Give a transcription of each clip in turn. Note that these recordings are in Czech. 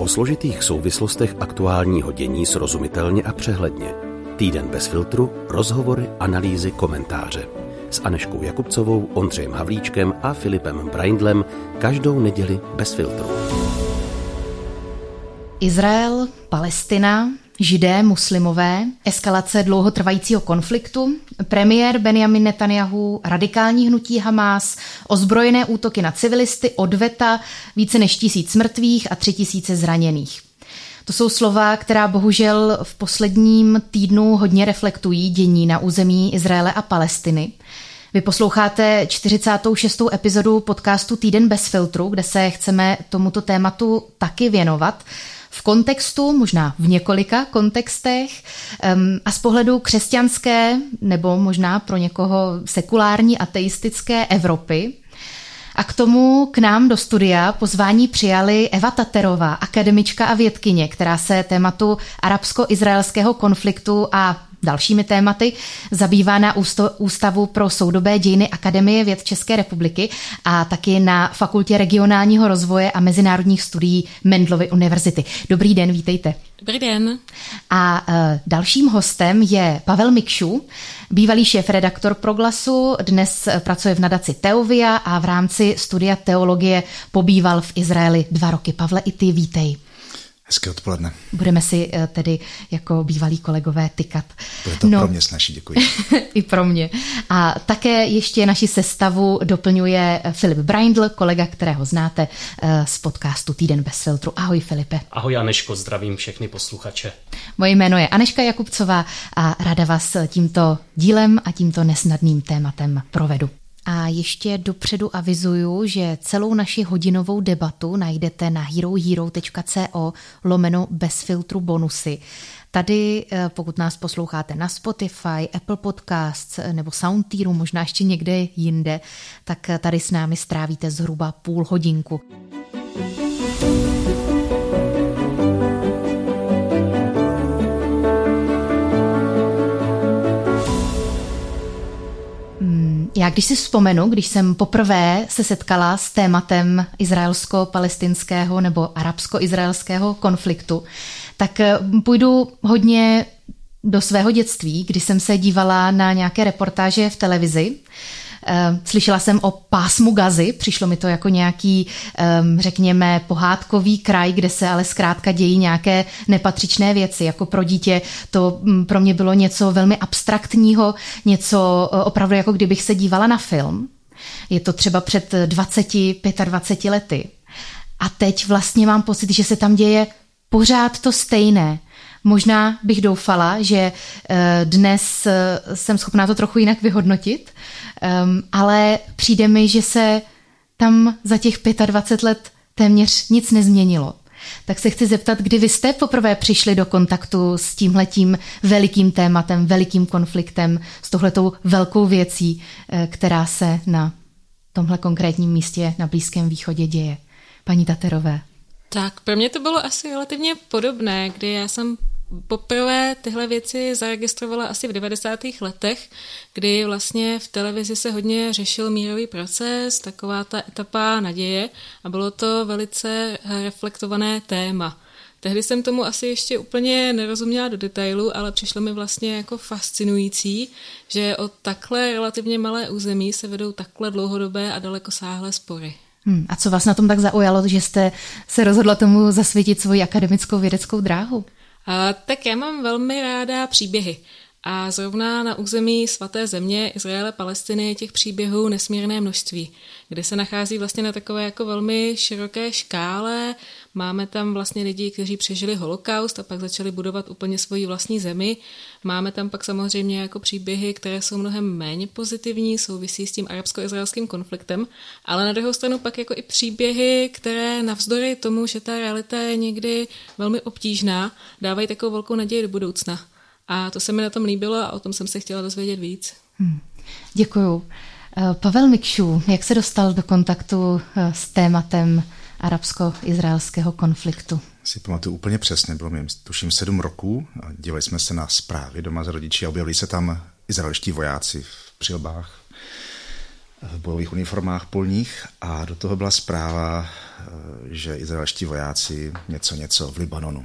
O složitých souvislostech aktuálního dění srozumitelně a přehledně. Týden bez filtru, rozhovory, analýzy, komentáře. S Anežkou Jakubcovou, Ondřejem Havlíčkem a Filipem Braindlem každou neděli bez filtru. Izrael, Palestina, Židé, muslimové, eskalace dlouhotrvajícího konfliktu, premiér Benjamin Netanjahu, radikální hnutí Hamás, ozbrojené útoky na civilisty, odveta, více než 1000 mrtvých a 3000 zraněných. To jsou slova, která bohužel v posledním týdnu hodně reflektují dění na území Izraele a Palestiny. Vy posloucháte 46. epizodu podcastu Týden bez filtru, kde se chceme tomuto tématu taky věnovat. V kontextu, možná v několika kontextech a z pohledu křesťanské nebo možná pro někoho sekulární ateistické Evropy. A k tomu k nám do studia pozvání přijali Eva Taterová, akademička a vědkyně, která se tématu arabsko-izraelského konfliktu a dalšími tématy zabývá na Ústavu pro soudobé dějiny Akademie věd České republiky a taky na Fakultě regionálního rozvoje a mezinárodních studií Mendelovy univerzity. Dobrý den, vítejte. Dobrý den. A dalším hostem je Pavel Mikšu, bývalý šéfredaktor Proglasu, dnes pracuje v nadaci Teovia a v rámci studia teologie pobýval v Izraeli 2 roky. Pavle, i ty vítej. Hezké odpoledne. Budeme si tedy jako bývalí kolegové tykat. Bude to pro mě snažší, děkuji. I pro mě. A také ještě naši sestavu doplňuje Filip Braindl, kolega, kterého znáte z podcastu Týden bez filtru. Ahoj Filipe. Ahoj Anežko, zdravím všechny posluchače. Moje jméno je Anežka Jakubcová a ráda vás tímto dílem a tímto nesnadným tématem provedu. A ještě dopředu avizuju, že celou naši hodinovou debatu najdete na herohero.co/bezfiltru bonusy. Tady, pokud nás posloucháte na Spotify, Apple Podcasts nebo Soundtearu, možná ještě někde jinde, tak tady s námi strávíte zhruba půl hodinku. Já když si vzpomenu, když jsem poprvé se setkala s tématem izraelsko-palestinského nebo arabsko-izraelského konfliktu, tak půjdu hodně do svého dětství, kdy jsem se dívala na nějaké reportáže v televizi. Slyšela jsem o pásmu Gazy, přišlo mi to jako nějaký, řekněme, pohádkový kraj, kde se ale zkrátka dějí nějaké nepatřičné věci. Jako pro dítě to pro mě bylo něco velmi abstraktního, něco opravdu jako kdybych se dívala na film. Je to třeba před 20-25 lety. A teď vlastně mám pocit, že se tam děje pořád to stejné. Možná bych doufala, že dnes jsem schopná to trochu jinak vyhodnotit, ale přijde mi, že se tam za těch 25 let téměř nic nezměnilo. Tak se chci zeptat, kdy vy jste poprvé přišli do kontaktu s tímhletím velikým tématem, velikým konfliktem, s touhletou velkou věcí, která se na tomhle konkrétním místě na Blízkém východě děje. Paní Taterové. Tak, pro mě to bylo asi relativně podobné, kdy já jsem poprvé tyhle věci zaregistrovala asi v 90. letech, kdy vlastně v televizi se hodně řešil mírový proces, taková ta etapa naděje a bylo to velice reflektované téma. Tehdy jsem tomu asi ještě úplně nerozuměla do detailu, ale přišlo mi vlastně jako fascinující, že o takhle relativně malé území se vedou takhle dlouhodobé a dalekosáhlé spory. A co vás na tom tak zaujalo, že jste se rozhodla tomu zasvětit svoji akademickou vědeckou dráhu? Tak já mám velmi ráda příběhy. A zrovna na území svaté země Izraele, Palestiny je těch příběhů nesmírné množství, kde se nachází vlastně na takové jako velmi široké škále. Máme tam vlastně lidi, kteří přežili holokaust a pak začali budovat úplně svoji vlastní zemi. Máme tam pak samozřejmě jako příběhy, které jsou mnohem méně pozitivní, souvisí s tím arabsko-izraelským konfliktem, ale na druhou stranu pak jako i příběhy, které navzdory tomu, že ta realita je někdy velmi obtížná, dávají takovou velkou naději do budoucna. A to se mi na tom líbilo a o tom jsem se chtěla dozvědět víc. Děkuju. Pavel Mikšu, jak se dostal do kontaktu s tématem arabsko-izraelského konfliktu? Si pamatuju úplně přesně, bylo mi tuším 7 roků a dívali jsme se na zprávy doma s rodiči a objevili se tam izraelští vojáci v přilbách, v bojových uniformách polních a do toho byla zpráva, že izraelští vojáci něco v Libanonu.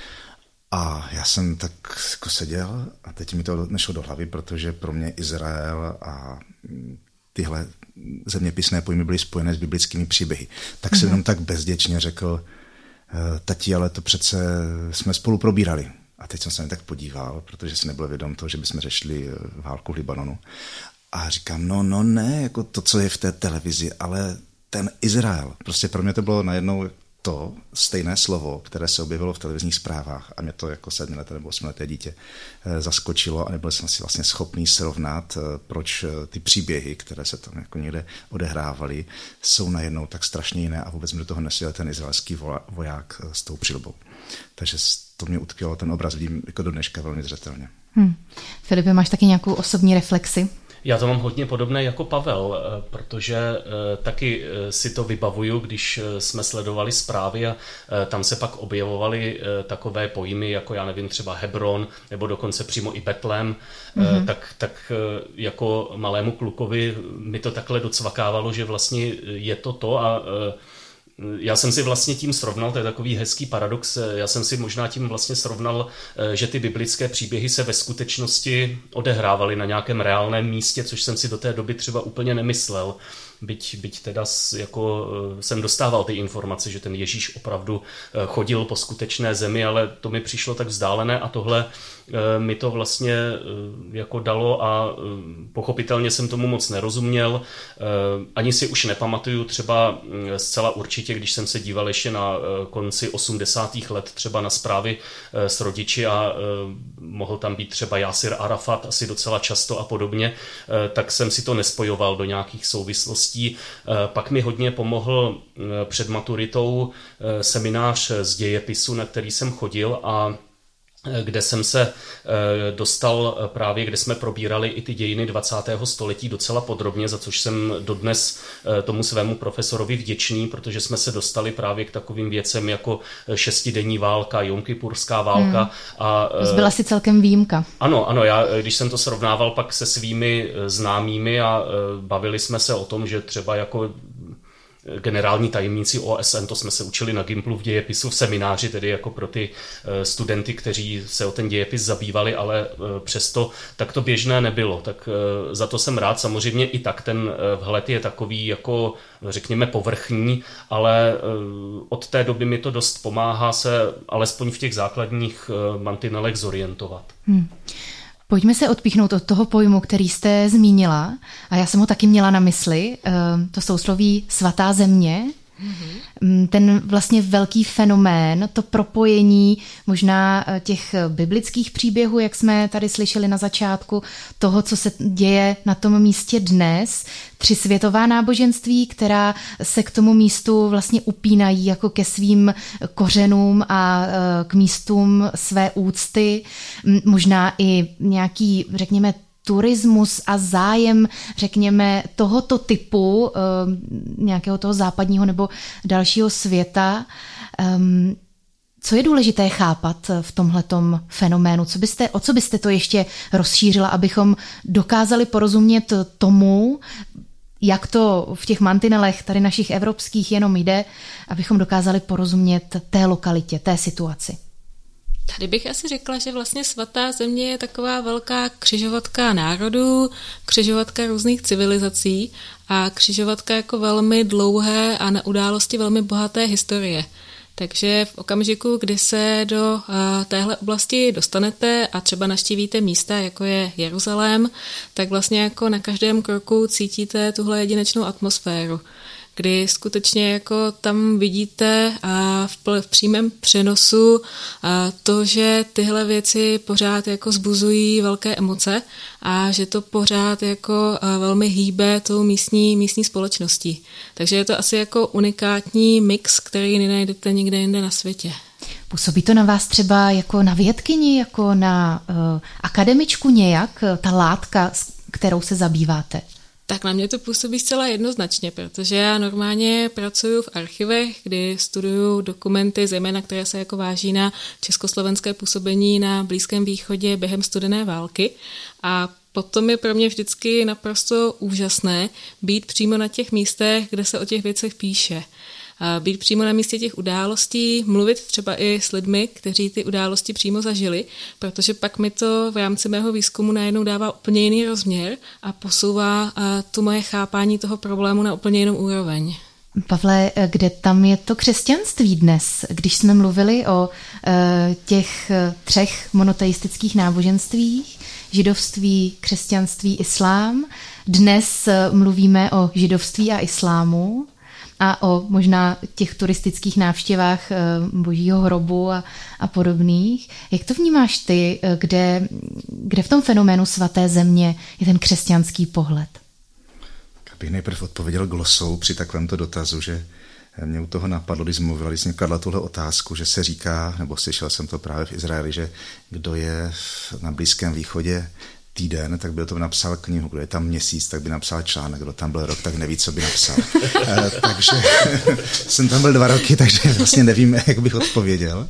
A já jsem tak jako seděl a teď mi to nešlo do hlavy, protože pro mě Izrael a tyhle zeměpisné pojmy byly spojené s biblickými příběhy. Tak jsem jenom tak bezděčně řekl, tati, ale to přece jsme spolu probírali. A teď jsem se tak podíval, protože si nebyl vědom toho, že bychom řešili válku v Libanonu. A říkám, no ne, jako to, co je v té televizi, ale ten Izrael. Prostě pro mě to bylo najednou to stejné slovo, které se objevilo v televizních zprávách a mě to jako 7leté nebo 8leté dítě zaskočilo a nebyl jsem si vlastně schopný srovnat, proč ty příběhy, které se tam jako někde odehrávaly, jsou najednou tak strašně jiné a vůbec mi do toho nesjel ten izraelský voják s tou přilbou. Takže to mě utkvělo, ten obraz vidím jako do dneška velmi zřetelně. Filipe, máš taky nějakou osobní reflexi? Já to mám hodně podobné jako Pavel, protože taky si to vybavuju, když jsme sledovali zprávy a tam se pak objevovaly takové pojmy, jako já nevím, třeba Hebron, nebo dokonce přímo i Betlém, tak jako malému klukovi mi to takhle docvakávalo, že vlastně je to a já jsem si vlastně tím srovnal, to je takový hezký paradox, já jsem si možná tím vlastně srovnal, že ty biblické příběhy se ve skutečnosti odehrávaly na nějakém reálném místě, což jsem si do té doby třeba úplně nemyslel. Byť teda jako jsem dostával ty informace, že ten Ježíš opravdu chodil po skutečné zemi, ale to mi přišlo tak vzdálené a tohle mi to vlastně jako dalo a pochopitelně jsem tomu moc nerozuměl. Ani si už nepamatuju třeba zcela určitě, když jsem se díval ještě na konci 80. let třeba na zprávy s rodiči a mohl tam být třeba Yasir Arafat asi docela často a podobně, tak jsem si to nespojoval do nějakých souvislostí. Pak mi hodně pomohl před maturitou seminář z dějepisu, na který jsem chodil a kde jsem se dostal právě, kde jsme probírali i ty dějiny 20. století docela podrobně, za což jsem dodnes tomu svému profesorovi vděčný, protože jsme se dostali právě k takovým věcem jako šestidenní válka, Jomkipurská válka. To byla si celkem výjimka. Ano, já když jsem to srovnával pak se svými známými a bavili jsme se o tom, že třeba jako generální tajemníci OSN, to jsme se učili na Gimplu v dějepisu v semináři, tedy jako pro ty studenty, kteří se o ten dějepis zabývali, ale přesto tak to běžné nebylo. Tak za to jsem rád. Samozřejmě i tak ten vhled je takový jako řekněme povrchní, ale od té doby mi to dost pomáhá se alespoň v těch základních mantinelech zorientovat. Pojďme se odpíchnout od toho pojmu, který jste zmínila, a já jsem ho taky měla na mysli, to sousloví svatá země, ten vlastně velký fenomén, to propojení možná těch biblických příběhů, jak jsme tady slyšeli na začátku, toho, co se děje na tom místě dnes, 3 světová náboženství, která se k tomu místu vlastně upínají jako ke svým kořenům a k místům své úcty, možná i nějaký, řekněme, turismus a zájem, řekněme, tohoto typu nějakého toho západního nebo dalšího světa. Co je důležité chápat v tomhletom fenoménu? O co byste to ještě rozšířila, abychom dokázali porozumět tomu, jak to v těch mantinelech tady našich evropských jenom jde, abychom dokázali porozumět té lokalitě, té situaci? Tady bych asi řekla, že vlastně svatá země je taková velká křižovatka národů, křižovatka různých civilizací a křižovatka jako velmi dlouhé a na události velmi bohaté historie. Takže v okamžiku, kdy se do téhle oblasti dostanete a třeba navštívíte místa, jako je Jeruzalém, tak vlastně jako na každém kroku cítíte tuhle jedinečnou atmosféru, kdy skutečně jako tam vidíte v přímém přenosu to, že tyhle věci pořád jako zbuzují velké emoce a že to pořád jako velmi hýbe tou místní společností. Takže je to asi jako unikátní mix, který nenajdete nikde jinde na světě. Působí to na vás třeba jako na vědkyni, jako na akademičku nějak, ta látka, kterou se zabýváte? Tak na mě to působí zcela jednoznačně, protože já normálně pracuji v archivech, kdy studuju dokumenty, zejména které se jako váží na československé působení na Blízkém východě během studené války. A potom je pro mě vždycky naprosto úžasné být přímo na těch místech, kde se o těch věcech píše. Být přímo na místě těch událostí, mluvit třeba i s lidmi, kteří ty události přímo zažili, protože pak mi to v rámci mého výzkumu najednou dává úplně jiný rozměr a posouvá to moje chápání toho problému na úplně jinou úroveň. Pavle, kde tam je to křesťanství dnes? Když jsme mluvili o těch 3 monoteistických náboženstvích, židovství, křesťanství, islám, dnes mluvíme o židovství a islámu a o možná těch turistických návštěvách Božího hrobu a podobných. Jak to vnímáš ty, kde v tom fenoménu svaté země je ten křesťanský pohled? Abych nejprve odpověděl glosou při takovémto dotazu, že mě u toho napadlo, když jsem kladla tuhle otázku, že se říká, nebo slyšel jsem to právě v Izraeli, že kdo je na Blízkém východě týden, tak by o tom napsal knihu, kdo je tam měsíc, tak by napsal článek, kdo tam byl rok, tak neví, co by napsal. Takže jsem tam byl 2 roky, takže vlastně nevím, jak bych odpověděl,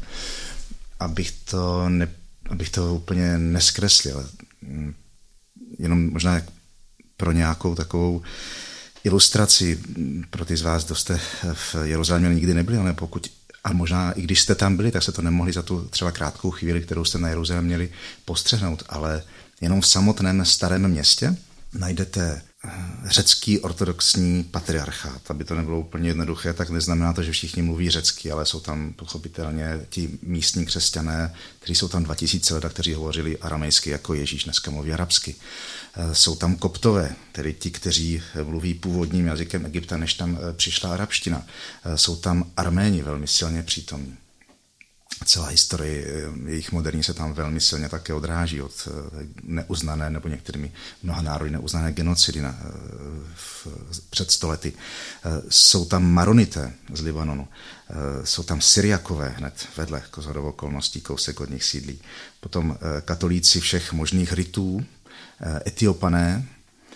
abych to úplně neskreslil. Jenom možná pro nějakou takovou ilustraci pro ty z vás, kdo jste v Jeruzalémě nikdy nebyli, ale a možná i když jste tam byli, tak se to nemohli za tu třeba krátkou chvíli, kterou jste na Jeruzalémě měli, postřehnout, ale jenom v samotném starém městě najdete řecký ortodoxní patriarchát. Aby to nebylo úplně jednoduché, tak neznamená to, že všichni mluví řecky, ale jsou tam pochopitelně ti místní křesťané, kteří jsou tam 2000 let a kteří hovořili aramejsky jako Ježíš, dneska mluví arabsky. Jsou tam koptové, tedy ti, kteří mluví původním jazykem Egypta, než tam přišla arabština. Jsou tam Arméni velmi silně přítomní. Celá historie jejich moderní se tam velmi silně také odráží od neuznané nebo některými mnoha národy neuznané genocidy před 100 lety. Jsou tam Maronité z Libanonu, jsou tam Syriakové hned vedle, shodou okolností, kousek od nich sídlí. Potom katolíci všech možných ritů, Etiopané,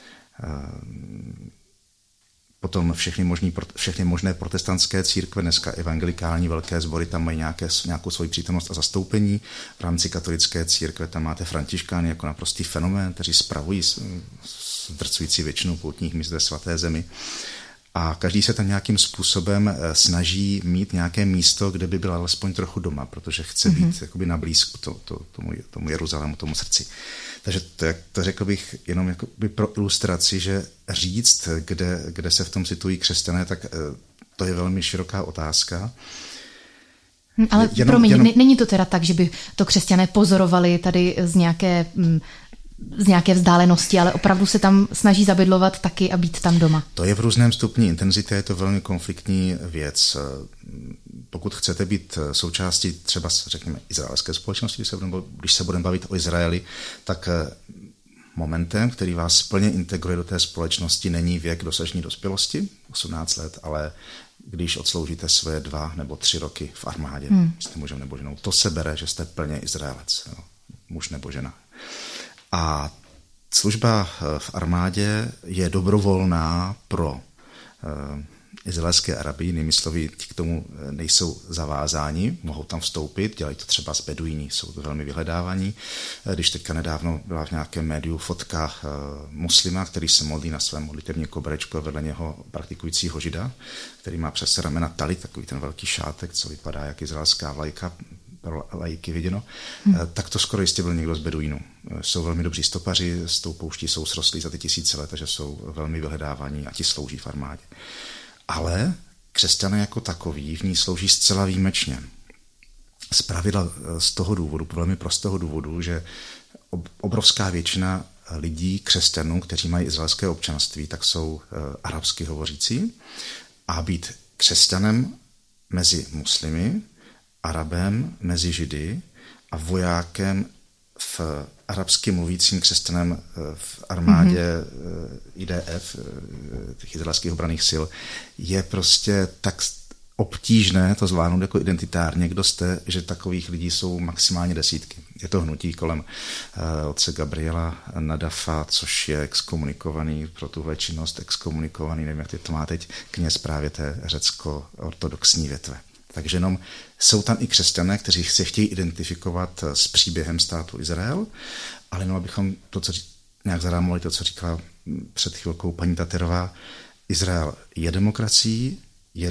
potom všechny možné protestantské církve, dneska evangelikální velké sbory, tam mají nějakou svoji přítomnost a zastoupení. V rámci katolické církve tam máte františkány jako naprostý fenomén, kteří spravují zdrcující většinu poutních míst ve svaté zemi. A každý se tam nějakým způsobem snaží mít nějaké místo, kde by byl alespoň trochu doma, protože chce být jakoby na blízku tomu Jeruzalému, tomu srdci. Takže to řekl bych jenom jakoby pro ilustraci, že říct, kde se v tom situují křesťané, tak to je velmi široká otázka. Ale není to teda tak, že by to křesťané pozorovali tady z nějaké vzdálenosti, ale opravdu se tam snaží zabydlovat taky a být tam doma. To je v různém stupni intenzity, je to velmi konfliktní věc. Pokud chcete být součástí třeba, řekněme, izraelské společnosti, když se budeme bavit o Izraeli, tak momentem, který vás plně integruje do té společnosti, není věk dosažení dospělosti, 18 let, ale když odsloužíte své 2 nebo 3 roky v armádě, jste mužem nebo ženou. To se bere, že jste plně Izraelec, muž nebo žena. A služba v armádě je dobrovolná pro izraelské Araby, jinými slovy, ti k tomu nejsou zavázáni, mohou tam vstoupit, dělají to třeba z beduíní, jsou to velmi vyhledávaní. Když teďka nedávno byla v nějakém médiu fotka muslima, který se modlí na svém modlitevním koberečku a vedle něho praktikujícího žida, který má přes ramena talit, takový ten velký šátek, co vypadá jak izraelská vlajka, pro laiky viděno, tak to skoro jistě byl někdo z beduínů. Jsou velmi dobří stopaři, s tou pouští jsou srostlí za ty 1000 let, takže jsou velmi vyhledávaní a ti slouží v armádě. Ale křesťané jako takoví v ní slouží zcela výjimečně. Zpravidla z toho důvodu, velmi prostého důvodu, že obrovská většina lidí, křesťanů, kteří mají izraelské občanství, tak jsou arabsky hovořící a být křesťanem mezi muslimy, Arabem mezi Židy a vojákem v arabsky mluvícím křesťanem v armádě IDF, těch izraelských obranných sil, je prostě tak obtížné to zvládnout jako identitárně, kdo jste, že takových lidí jsou maximálně desítky. Je to hnutí kolem otce Gabriela Nadafa, což je exkomunikovaný pro tuhle činnost, exkomunikovaný, nevím, jak to má teď, kněz právě té řecko-ortodoxní větve. Takže jenom jsou tam i křesťané, kteří se chtějí identifikovat s příběhem státu Izrael, ale jenom abychom nějak zarámovali to, co říkala před chvilkou paní Taterová, Izrael je demokracií, je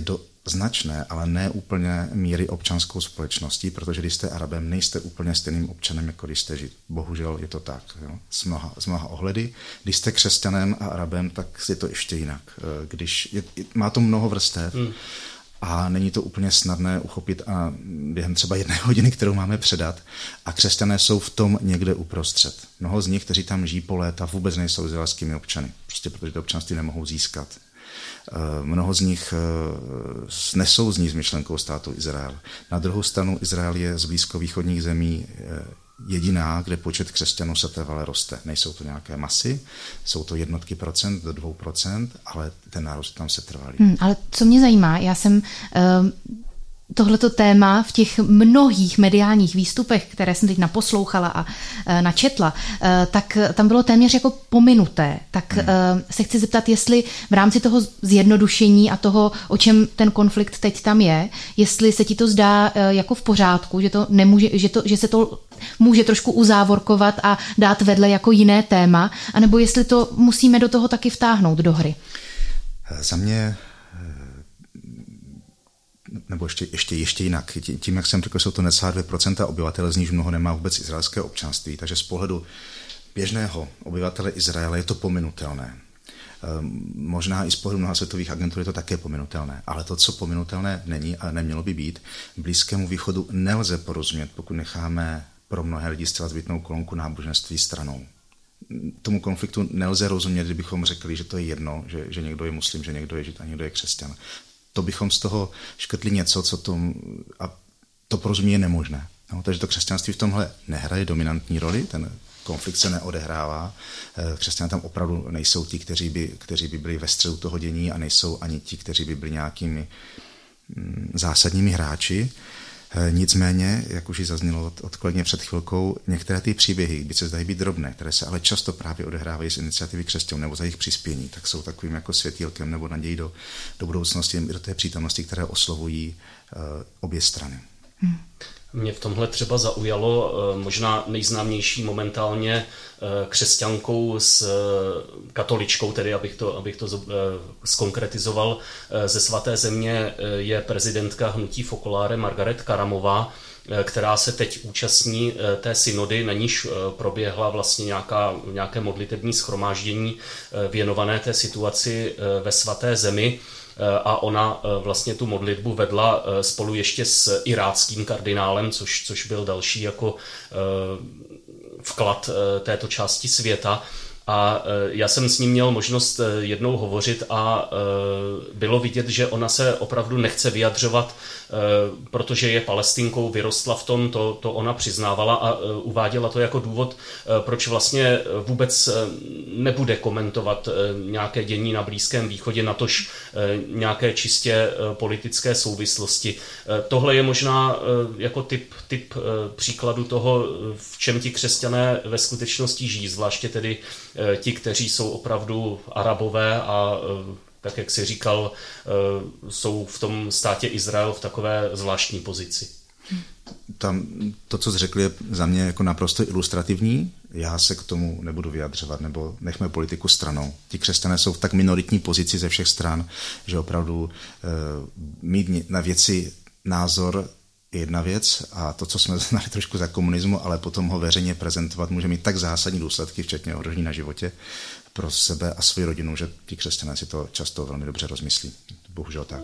značné, ale ne úplně míry občanskou společností, protože když jste Arabem, nejste úplně stejným občanem, jako když jste Žid. Bohužel je to tak, jo? Z mnoha ohledy. Když jste křesťanem a Arabem, tak je to ještě jinak. Má to mnoho vrstev a není to úplně snadné uchopit a během třeba 1 hodiny, kterou máme předat. A křesťané jsou v tom někde uprostřed. Mnoho z nich, kteří tam žijí po léta, vůbec nejsou izraelskými občany, prostě protože to občanství nemohou získat. Mnoho z nich nesouzní s myšlenkou státu Izrael. Na druhou stranu Izrael je z blízkovýchodních zemí jediná, kde počet křesťanů se trvale roste. Nejsou to nějaké masy, jsou to jednotky procent do 2%, ale ten nárůst tam se trvalý. Ale co mě zajímá, já jsem tohleto téma v těch mnohých mediálních výstupech, které jsem teď naposlouchala a načetla, tak tam bylo téměř jako pominuté. Tak se chci zeptat, jestli v rámci toho zjednodušení a toho, o čem ten konflikt teď tam je, jestli se ti to zdá jako v pořádku, že to nemůže, že se to může trošku uzávorkovat a dát vedle jako jiné téma, anebo jestli to musíme do toho taky vtáhnout do hry. Za mě nebo ještě jinak. Tím, jak jsem řekl, jsou to necelá 2% obyvatel, z nich mnoho nemá vůbec izraelské občanství, takže z pohledu běžného obyvatele Izraele je to pominutelné. Možná i z pohledu mnoha světových agentur je to také pominutelné, ale to, co pominutelné není a nemělo by být, Blízkému východu nelze porozumět, pokud necháme pro mnohé lidi zcela zbytnou kolonku náboženství stranou. Tomu konfliktu nelze rozumět, kdybychom řekli, že to je jedno, že někdo je muslim, že někdo je žid a někdo je křesťan. To bychom z toho škrtli něco, a to porozumění je nemožné. No, takže to křesťanství v tomhle nehraje dominantní roli, ten konflikt se neodehrává. Křesťané tam opravdu nejsou ti, kteří by byli ve středu toho dění a nejsou ani ti, kteří by byli nějakými zásadními hráči. Nicméně, jak už ji zaznělo od kolegyně před chvilkou, některé ty příběhy, byť se zdají být drobné, které se ale často právě odehrávají z iniciativy křesťanů nebo za jejich přispění, tak jsou takovým jako světýlkem nebo nadějí do budoucnosti, do té přítomnosti, které oslovují obě strany. Mě v tomhle třeba zaujalo možná nejznámější momentálně křesťankou s katoličkou, tedy abych to zkonkretizoval, ze Svaté země je prezidentka hnutí Focolare Margaret Karamová, která se teď účastní té synody, na níž proběhla vlastně nějaké modlitební shromáždění věnované té situaci ve Svaté zemi. A ona vlastně tu modlitbu vedla spolu ještě s iráckým kardinálem, což byl další jako vklad této části světa. A já jsem s ním měl možnost jednou hovořit a bylo vidět, že ona se opravdu nechce vyjadřovat, protože je Palestinkou, vyrostla v tom, to ona přiznávala a uváděla to jako důvod, proč vlastně vůbec nebude komentovat nějaké dění na Blízkém východě, natož nějaké čistě politické souvislosti. Tohle je možná jako typ příkladu toho, v čem ti křesťané ve skutečnosti žijí, zvláště tedy ti, kteří jsou opravdu Arabové a tak, jak jsi říkal, jsou v tom státě Izrael v takové zvláštní pozici. To, co jsi řekl, je za mě jako naprosto ilustrativní. Já se k tomu nebudu vyjadřovat, nebo nechme politiku stranou. Ti křesťané jsou v tak minoritní pozici ze všech stran, že opravdu mít na věci názor je jedna věc a to, co jsme znali trošku za komunismu, ale potom ho veřejně prezentovat, může mít tak zásadní důsledky, včetně ohrožení na životě pro sebe a svou rodinu, že ti křesťané si to často velmi dobře rozmyslí. Bohužel tak.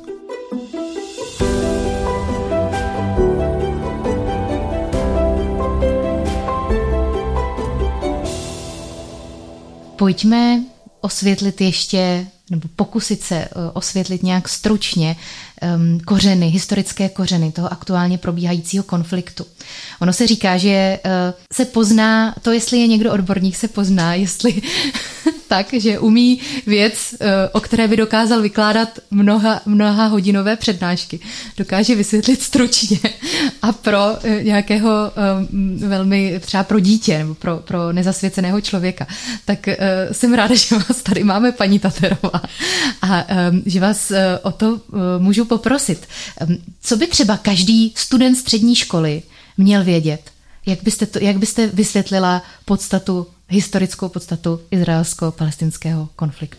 Pojďme osvětlit ještě, nebo pokusit se osvětlit nějak stručně kořeny, historické kořeny toho aktuálně probíhajícího konfliktu. Ono se říká, že se pozná, to jestli je někdo odborník, se pozná, jestli tak, že umí věc, o které by dokázal vykládat mnoha hodinové přednášky. Dokáže vysvětlit stručně a pro nějakého velmi, třeba pro dítě nebo pro nezasvěceného člověka. Tak jsem ráda, že vás tady máme, paní Taterová, a že vás o to můžu poprosit. Co by třeba každý student střední školy měl vědět? Jak byste vysvětlila historickou podstatu izraelsko-palestinského konfliktu?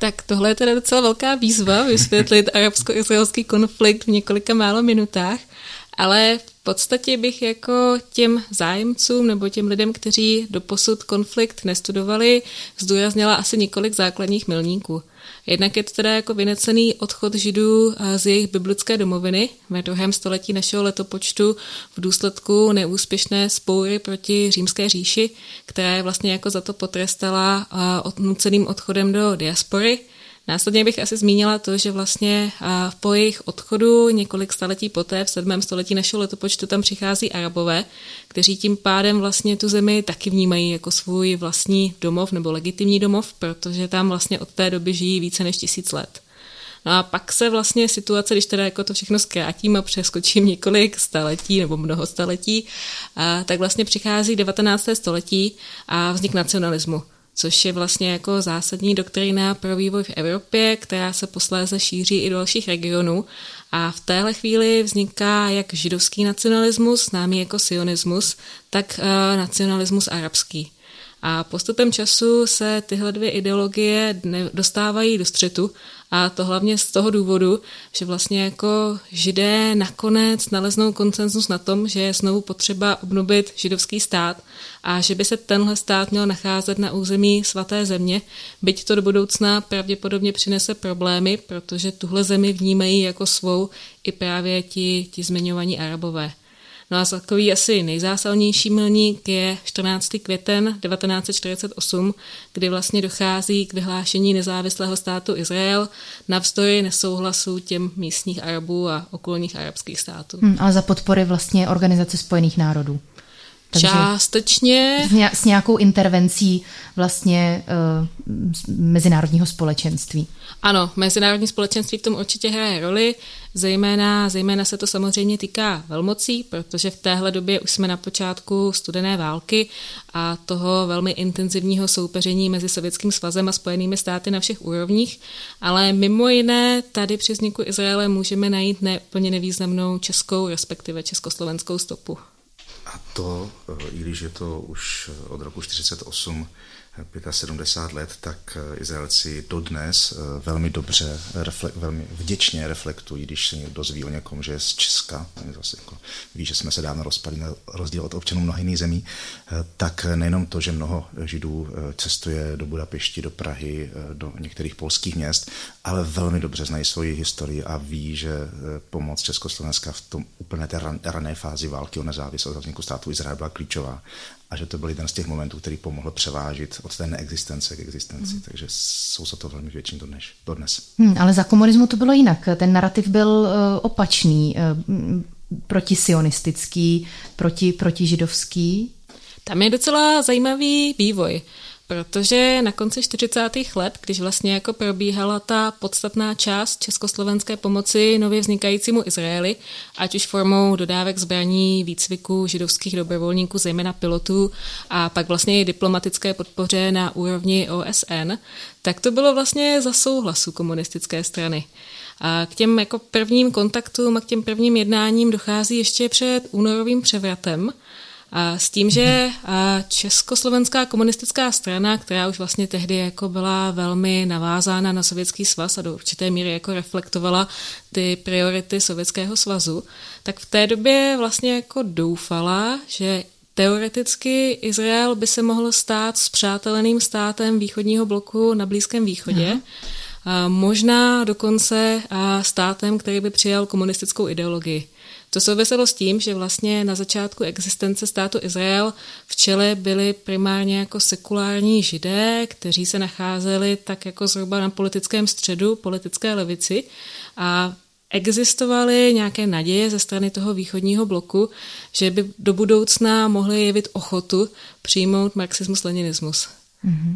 Tak tohle je teda docela velká výzva vysvětlit arabsko-izraelský konflikt v několika málo minutách, ale v podstatě bych jako těm zájemcům nebo těm lidem, kteří doposud konflikt nestudovali, zdůraznila asi několik základních milníků. Jednak je to teda jako vynesený odchod Židů z jejich biblické domoviny ve 2. století našeho letopočtu v důsledku neúspěšné vzpoury proti římské říši, která je vlastně jako za to potrestala nuceným odchodem do diaspory. Následně bych asi zmínila to, že vlastně po jejich odchodu několik staletí poté, v 7. století našeho letopočtu, tam přichází Arabové, kteří tím pádem vlastně tu zemi taky vnímají jako svůj vlastní domov nebo legitimní domov, protože tam vlastně od té doby žijí více než 1000 let. No a pak se vlastně situace, když teda jako to všechno zkrátím a přeskočím několik staletí nebo mnoho staletí, tak vlastně přichází 19. století a vznik nacionalismu, což je vlastně jako zásadní doktrína pro vývoj v Evropě, která se posléze šíří i do dalších regionů. A v téhle chvíli vzniká jak židovský nacionalismus, známý jako sionismus, tak nacionalismus arabský. A postupem času se tyhle dvě ideologie dostávají do střetu, a to hlavně z toho důvodu, že vlastně jako Židé nakonec naleznou konsenzus na tom, že je znovu potřeba obnovit židovský stát a že by se tenhle stát měl nacházet na území svaté země, byť to do budoucna pravděpodobně přinese problémy, protože tuhle zemi vnímají jako svou i právě ti zmiňovaní Arabové. No a takový asi nejzásadnější milník je 14. květen 1948, kdy vlastně dochází k vyhlášení nezávislého státu Izrael navzdory nesouhlasu těm místních Arabů a okolních arabských států. Ale za podpory vlastně Organizace spojených národů. Takže částečně. S nějakou intervencí vlastně mezinárodního společenství. Ano, mezinárodní společenství v tom určitě hraje roli, zejména se to samozřejmě týká velmocí, protože v téhle době už jsme na počátku studené války a toho velmi intenzivního soupeření mezi Sovětským svazem a Spojenými státy na všech úrovních, ale mimo jiné tady při vzniku Izraele můžeme najít neúplně nevýznamnou českou, respektive československou stopu. A to, i když je to už od roku 1948 75 let, tak Izraelci dodnes velmi dobře, velmi vděčně reflektují, když se někdo dozví o někom, že je z Česka, zase jako ví, že jsme se dávno rozpadli na rozdíl od občanů mnoha jiných zemí, tak nejenom to, že mnoho Židů cestuje do Budapešti, do Prahy, do některých polských měst, ale velmi dobře znají svoji historii a ví, že pomoc Československa v tom úplně té rané fázi války o nezávislost a vzniku státu Izrael byla klíčová. A že to byl jeden z těch momentů, který pomohl převážit od té neexistence k existenci. Takže jsou za to velmi vděční dodnes. Ale za komunismu to bylo jinak. Ten narrativ byl opačný, protisionistický, protižidovský. Tam je docela zajímavý vývoj, protože na konci 40. let, když vlastně jako probíhala ta podstatná část československé pomoci nově vznikajícímu Izraeli, ať už formou dodávek zbraní, výcviku židovských dobrovolníků, zejména pilotů, a pak vlastně i diplomatické podpoře na úrovni OSN, tak to bylo vlastně za souhlasu komunistické strany. A k těm jako prvním kontaktům a k těm prvním jednáním dochází ještě před únorovým převratem, a s tím, že Československá komunistická strana, která už vlastně tehdy jako byla velmi navázána na Sovětský svaz a do určité míry jako reflektovala ty priority Sovětského svazu, tak v té době vlastně jako doufala, že teoreticky Izrael by se mohl stát spřáteleným státem východního bloku na Blízkém východě, možná dokonce státem, který by přijal komunistickou ideologii. To souviselo s tím, že vlastně na začátku existence státu Izrael v čele byli primárně jako sekulární Židé, kteří se nacházeli tak jako zhruba na politickém středu, politické levici, a existovaly nějaké naděje ze strany toho východního bloku, že by do budoucna mohli jevit ochotu přijmout marxismus-leninismus. Mm-hmm.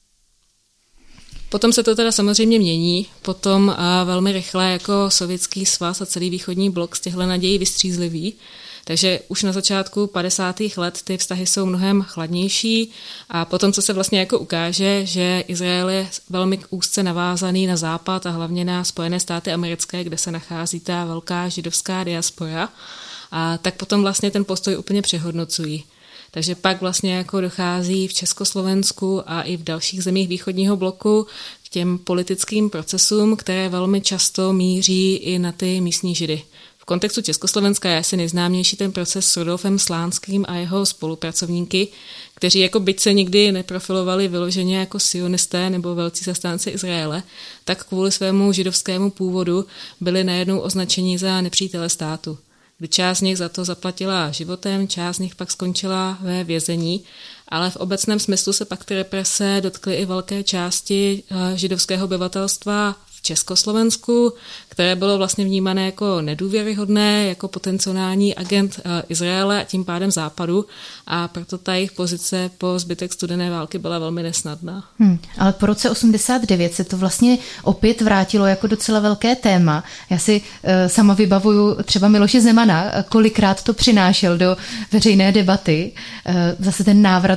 Potom se to teda samozřejmě mění, potom velmi rychle jako Sovětský svaz a celý východní blok z těchto nadějí vystřízliví, takže už na začátku 50. let ty vztahy jsou mnohem chladnější a potom, co se vlastně jako ukáže, že Izrael je velmi úzce navázaný na západ a hlavně na Spojené státy americké, kde se nachází ta velká židovská diaspora, tak potom vlastně ten postoj úplně přehodnocují. Takže pak vlastně jako dochází v Československu a i v dalších zemích východního bloku k těm politickým procesům, které velmi často míří i na ty místní Židy. V kontextu Československa je asi nejznámější ten proces s Rudolfem Slánským a jeho spolupracovníky, kteří jako byť se nikdy neprofilovali vyloženě jako sionisté nebo velcí zastánci Izraele, tak kvůli svému židovskému původu byli najednou označeni za nepřítele státu. Kdy část z nich za to zaplatila životem, část z nich pak skončila ve vězení, ale v obecném smyslu se pak ty represe dotkly i velké části židovského obyvatelstva v Československu, které bylo vlastně vnímané jako nedůvěryhodné, jako potenciální agent Izraele a tím pádem Západu, a proto ta jejich pozice po zbytek studené války byla velmi nesnadná. Ale po roce 89 se to vlastně opět vrátilo jako docela velké téma. Já si sama vybavuju třeba Miloše Zemana, kolikrát to přinášel do veřejné debaty, zase ten návrat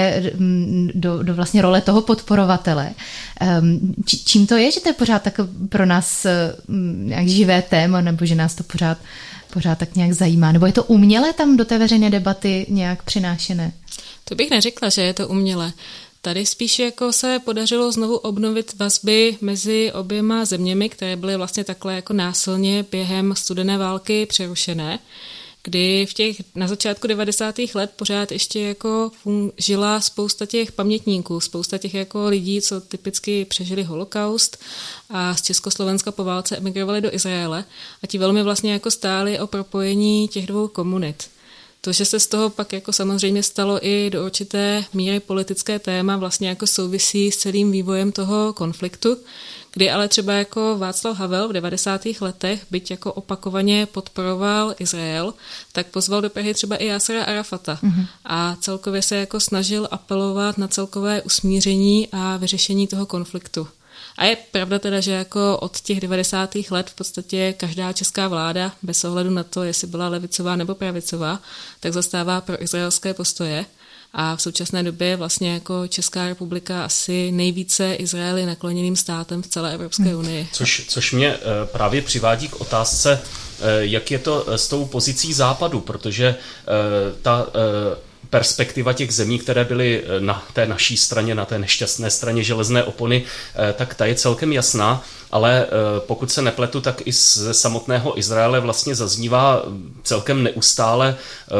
do vlastně role toho podporovatele. Čím to je, že to je pořád tak pro nás nějak živé téma, nebo že nás to pořád tak nějak zajímá? Nebo je to uměle tam do té veřejné debaty nějak přinášené? To bych neřekla, že je to uměle. Tady spíš jako se podařilo znovu obnovit vazby mezi oběma zeměmi, které byly vlastně takhle jako násilně během studené války přerušené, kdy na začátku 90. let pořád ještě jako žila spousta těch pamětníků, spousta těch jako lidí, co typicky přežili holokaust a z Československa po válce emigrovali do Izraele, a ti velmi vlastně jako stáli o propojení těch dvou komunit. To, že se z toho pak jako samozřejmě stalo i do určité míry politické téma, vlastně jako souvisí s celým vývojem toho konfliktu, kdy ale třeba jako Václav Havel v 90. letech, byť jako opakovaně podporoval Izrael, tak pozval do Prahy třeba i Jásera Arafata. A celkově se jako snažil apelovat na celkové usmíření a vyřešení toho konfliktu. A je pravda teda, že jako od těch 90. let v podstatě každá česká vláda, bez ohledu na to, jestli byla levicová nebo pravicová, tak zastává pro izraelské postoje. A v současné době je vlastně jako Česká republika asi nejvíce Izraeli nakloněným státem v celé Evropské unii. Což mě právě přivádí k otázce, jak je to s tou pozicí Západu, protože ta perspektiva těch zemí, které byly na té naší straně, na té nešťastné straně železné opony, tak ta je celkem jasná, ale pokud se nepletu, tak i ze samotného Izraele vlastně zaznívá celkem neustále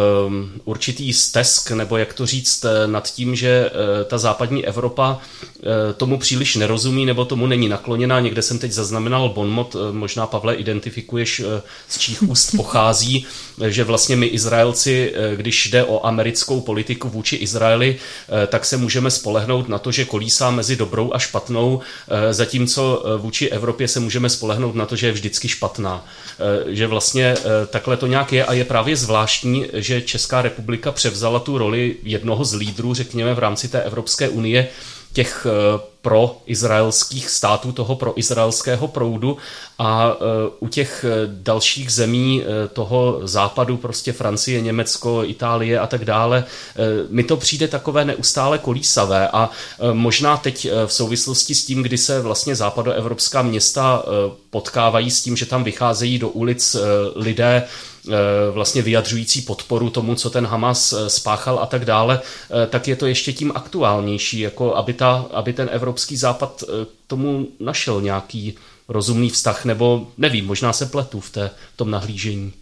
určitý stesk, nebo jak to říct, nad tím, že ta západní Evropa tomu příliš nerozumí, nebo tomu není nakloněná. Někde jsem teď zaznamenal bonmot, možná, Pavle, identifikuješ, z čích úst pochází, že vlastně my Izraelci, když jde o americkou politiku vůči Izraeli, tak se můžeme spolehnout na to, že kolísá mezi dobrou a špatnou, zatímco vůči Evropě se můžeme spolehnout na to, že je vždycky špatná. Že vlastně takhle to nějak je, a je právě zvláštní, že Česká republika převzala tu roli jednoho z lídrů, řekněme, v rámci té Evropské unie, těch proizraelských států, toho proizraelského proudu, a u těch dalších zemí toho západu, prostě Francie, Německo, Itálie a tak dále, mi to přijde takové neustále kolísavé, a možná teď v souvislosti s tím, kdy se vlastně západoevropská města potkávají s tím, že tam vycházejí do ulic lidé vlastně vyjadřující podporu tomu, co ten Hamas spáchal a tak dále, tak je to ještě tím aktuálnější, jako aby ten evropský západ tomu našel nějaký rozumný vztah, nebo nevím, možná se pletu v tom nahlížení.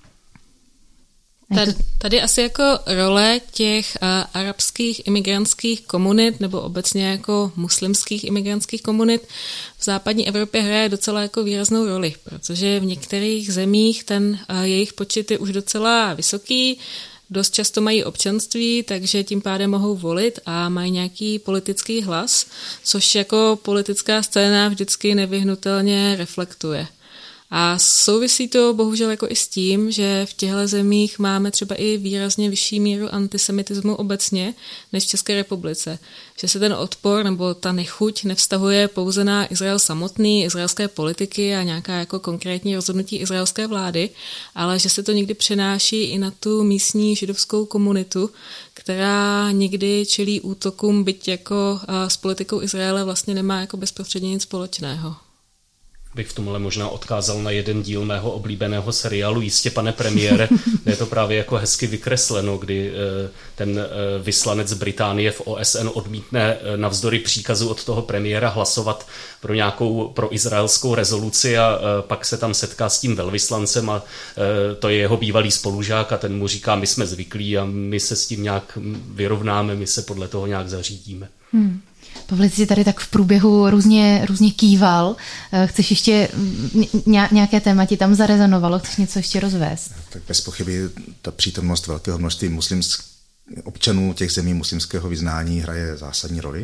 Tady asi jako role těch arabských imigrantských komunit nebo obecně jako muslimských imigrantských komunit v západní Evropě hraje docela jako výraznou roli, protože v některých zemích ten jejich počet je už docela vysoký, dost často mají občanství, takže tím pádem mohou volit a mají nějaký politický hlas, což jako politická scéna vždycky nevyhnutelně reflektuje. A souvisí to bohužel jako i s tím, že v těchto zemích máme třeba i výrazně vyšší míru antisemitismu obecně než v České republice. Že se ten odpor nebo ta nechuť nevztahuje pouze na Izrael samotný, izraelské politiky a nějaká jako konkrétní rozhodnutí izraelské vlády, ale že se to někdy přenáší i na tu místní židovskou komunitu, která někdy čelí útokům, byť jako s politikou Izraele vlastně nemá jako bezprostředně nic společného. bych v tomhle možná odkázal na jeden díl mého oblíbeného seriálu Jistě, pane premiére, kde je to právě jako hezky vykresleno, kdy ten vyslanec Británie v OSN odmítne navzdory příkazu od toho premiéra hlasovat pro nějakou proizraelskou rezoluci a pak se tam setká s tím velvyslancem a to je jeho bývalý spolužák a ten mu říká, my jsme zvyklí a my se s tím nějak vyrovnáme, my se podle toho nějak zařídíme. Pavle, ty jsi tady tak v průběhu různě kýval. Chceš ještě nějaké téma ti tam zarezonovalo? Chceš něco ještě rozvést? Tak bez pochyby ta přítomnost velkého množství občanů těch zemí muslimského vyznání hraje zásadní roli.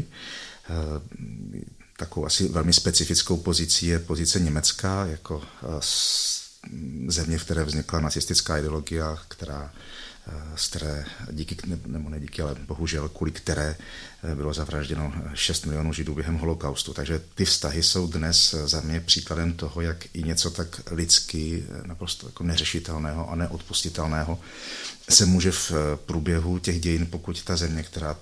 Takovou asi velmi specifickou pozicí je pozice Německa jako země, v které vznikla nacistická ideologie, z které ale bohužel kvůli které bylo zavražděno 6 milionů Židů během holokaustu. Takže ty vztahy jsou dnes za mě příkladem toho, jak i něco tak lidsky, naprosto jako neřešitelného a neodpustitelného se může v průběhu těch dějin, pokud ta země, která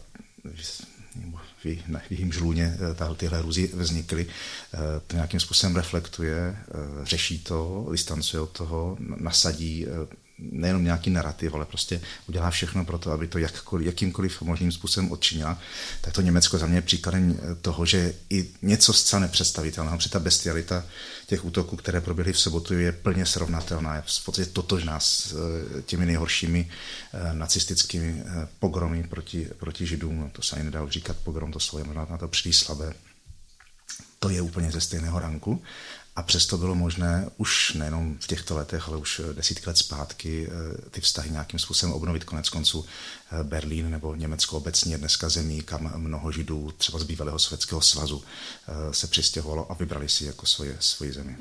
v jejím žlůně tyhle hrůzy vznikly, to nějakým způsobem reflektuje, řeší to, distancuje od toho, nasadí nejenom nějaký narrativ, ale prostě udělá všechno pro to, aby to jakýmkoliv možným způsobem odčinila, tak to Německo za mě je příkladem toho, že i něco zcela nepředstavitelného, protože ta bestialita těch útoků, které proběhly v sobotu, je plně srovnatelná, je v podstatě totožná s těmi nejhoršími nacistickými pogromy proti Židům. To se ani nedá říkat pogrom, to slovo je možná na to příliš slabé. To je úplně ze stejného ranku. A přesto bylo možné už nejenom v těchto letech, ale už desítky let zpátky ty vztahy nějakým způsobem obnovit. Konec konců Berlín nebo Německo obecně je dneska zemí, kam mnoho Židů třeba z bývalého Sovětského svazu se přistěhovalo a vybrali si jako svoji zemi.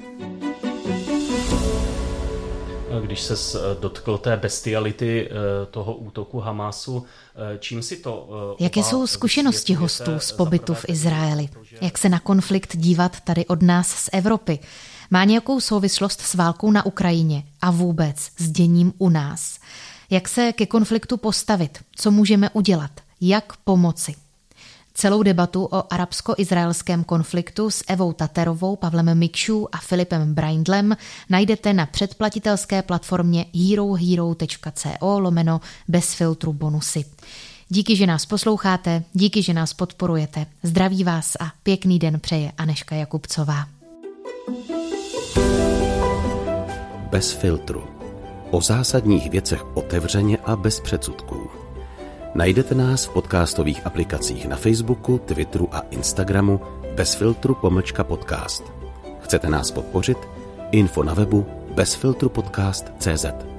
Když se dotkl té bestiality toho útoku Hamásu, čím si to... Jaké jsou zkušenosti hostů z pobytu v Izraeli? Jak se na konflikt dívat tady od nás z Evropy? Má nějakou souvislost s válkou na Ukrajině a vůbec s děním u nás? Jak se ke konfliktu postavit? Co můžeme udělat? Jak pomoci? Celou debatu o arabsko-izraelském konfliktu s Evou Taterovou, Pavlem Mikšů a Filipem Braindlem najdete na předplatitelské platformě herohero.co/bezfiltrubonusy. Díky, že nás posloucháte, díky, že nás podporujete. Zdraví vás a pěkný den přeje Anežka Jakubcová. Bez filtru. O zásadních věcech otevřeně a bez předsudků. Najdete nás v podcastových aplikacích na Facebooku, Twitteru a Instagramu bezfiltru_podcast. Chcete nás podpořit? Info na webu bezfiltrupodcast.cz